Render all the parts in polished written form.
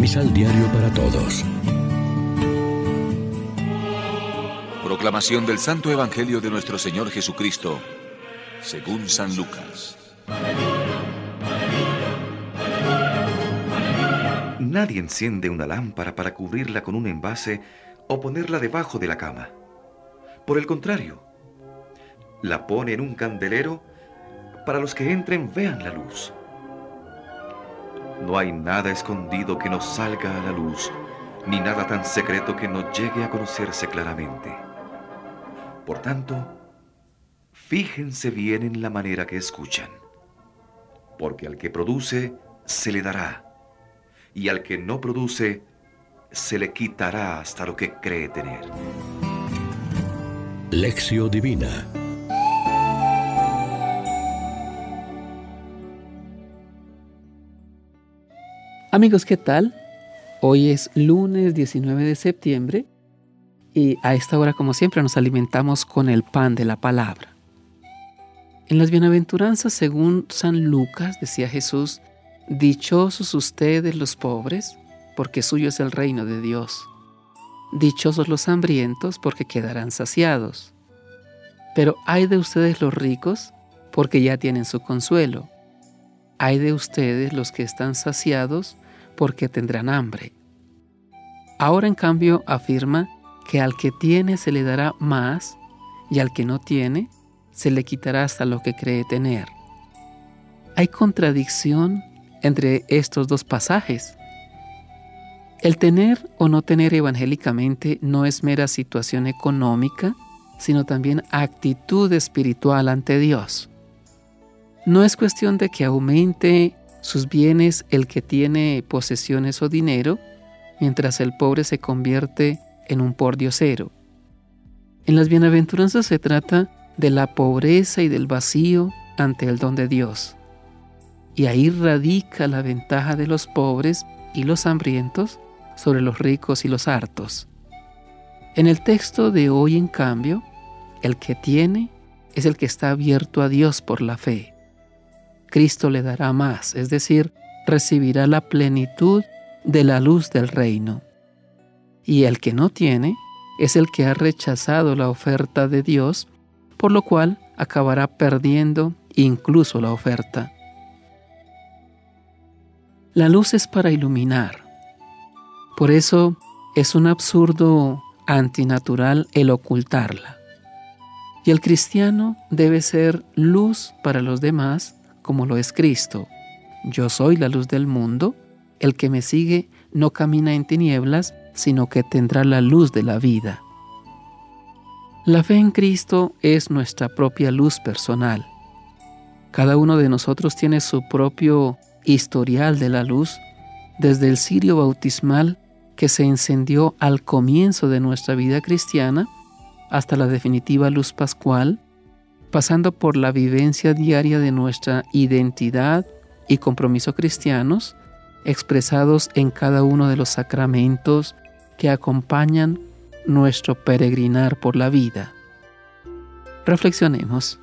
Misal Diario para Todos. Proclamación del Santo Evangelio de nuestro Señor Jesucristo, según San Lucas. Nadie enciende una lámpara para cubrirla con un envase o ponerla debajo de la cama. Por el contrario, la pone en un candelero para los que entren vean la luz. No hay nada escondido que no salga a la luz, ni nada tan secreto que no llegue a conocerse claramente. Por tanto, fíjense bien en la manera que escuchan, porque al que produce se le dará, y al que no produce se le quitará hasta lo que cree tener. Lección Divina. Amigos, ¿qué tal? Hoy es lunes 19 de septiembre y a esta hora, como siempre, nos alimentamos con el pan de la palabra. En las bienaventuranzas, según San Lucas, decía Jesús: dichosos ustedes los pobres, porque suyo es el reino de Dios. Dichosos los hambrientos, porque quedarán saciados. Pero ay de ustedes los ricos, porque ya tienen su consuelo. Ay de ustedes los que están saciados, porque tendrán hambre. Ahora, en cambio, afirma que al que tiene se le dará más, y al que no tiene se le quitará hasta lo que cree tener. Hay contradicción entre estos dos pasajes. El tener o no tener evangélicamente no es mera situación económica, sino también actitud espiritual ante Dios. No es cuestión de que aumente sus bienes el que tiene posesiones o dinero, mientras el pobre se convierte en un pordiosero. En las bienaventuranzas se trata de la pobreza y del vacío ante el don de Dios. Y ahí radica la ventaja de los pobres y los hambrientos sobre los ricos y los hartos. En el texto de hoy, en cambio, el que tiene es el que está abierto a Dios por la fe. Cristo le dará más, es decir, recibirá la plenitud de la luz del reino. Y el que no tiene es el que ha rechazado la oferta de Dios, por lo cual acabará perdiendo incluso la oferta. La luz es para iluminar. Por eso es un absurdo antinatural el ocultarla. Y el cristiano debe ser luz para los demás, como lo es Cristo. Yo soy la luz del mundo, el que me sigue no camina en tinieblas, sino que tendrá la luz de la vida. La fe en Cristo es nuestra propia luz personal. Cada uno de nosotros tiene su propio historial de la luz, desde el cirio bautismal que se encendió al comienzo de nuestra vida cristiana, hasta la definitiva luz pascual, pasando por la vivencia diaria de nuestra identidad y compromiso cristianos, expresados en cada uno de los sacramentos que acompañan nuestro peregrinar por la vida. Reflexionemos.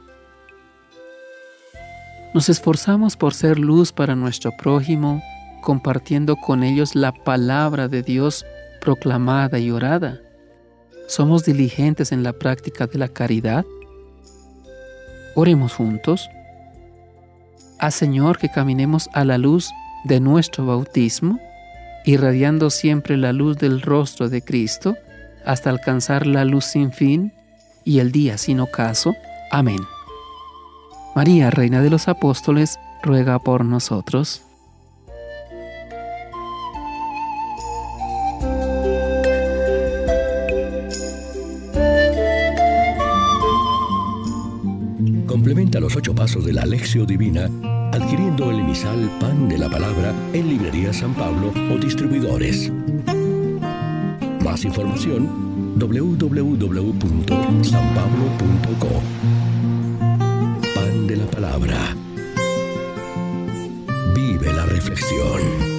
Nos esforzamos por ser luz para nuestro prójimo, compartiendo con ellos la palabra de Dios proclamada y orada. ¿Somos diligentes en la práctica de la caridad? Oremos juntos. Haz, Señor, que caminemos a la luz de nuestro bautismo, irradiando siempre la luz del rostro de Cristo, hasta alcanzar la luz sin fin y el día sin ocaso. Amén. María, Reina de los Apóstoles, ruega por nosotros. Complementa los 8 pasos de la Lección Divina adquiriendo el emisal Pan de la Palabra en Librería San Pablo o distribuidores. Más información: www.sanpablo.co. Pan de la Palabra. Vive la reflexión.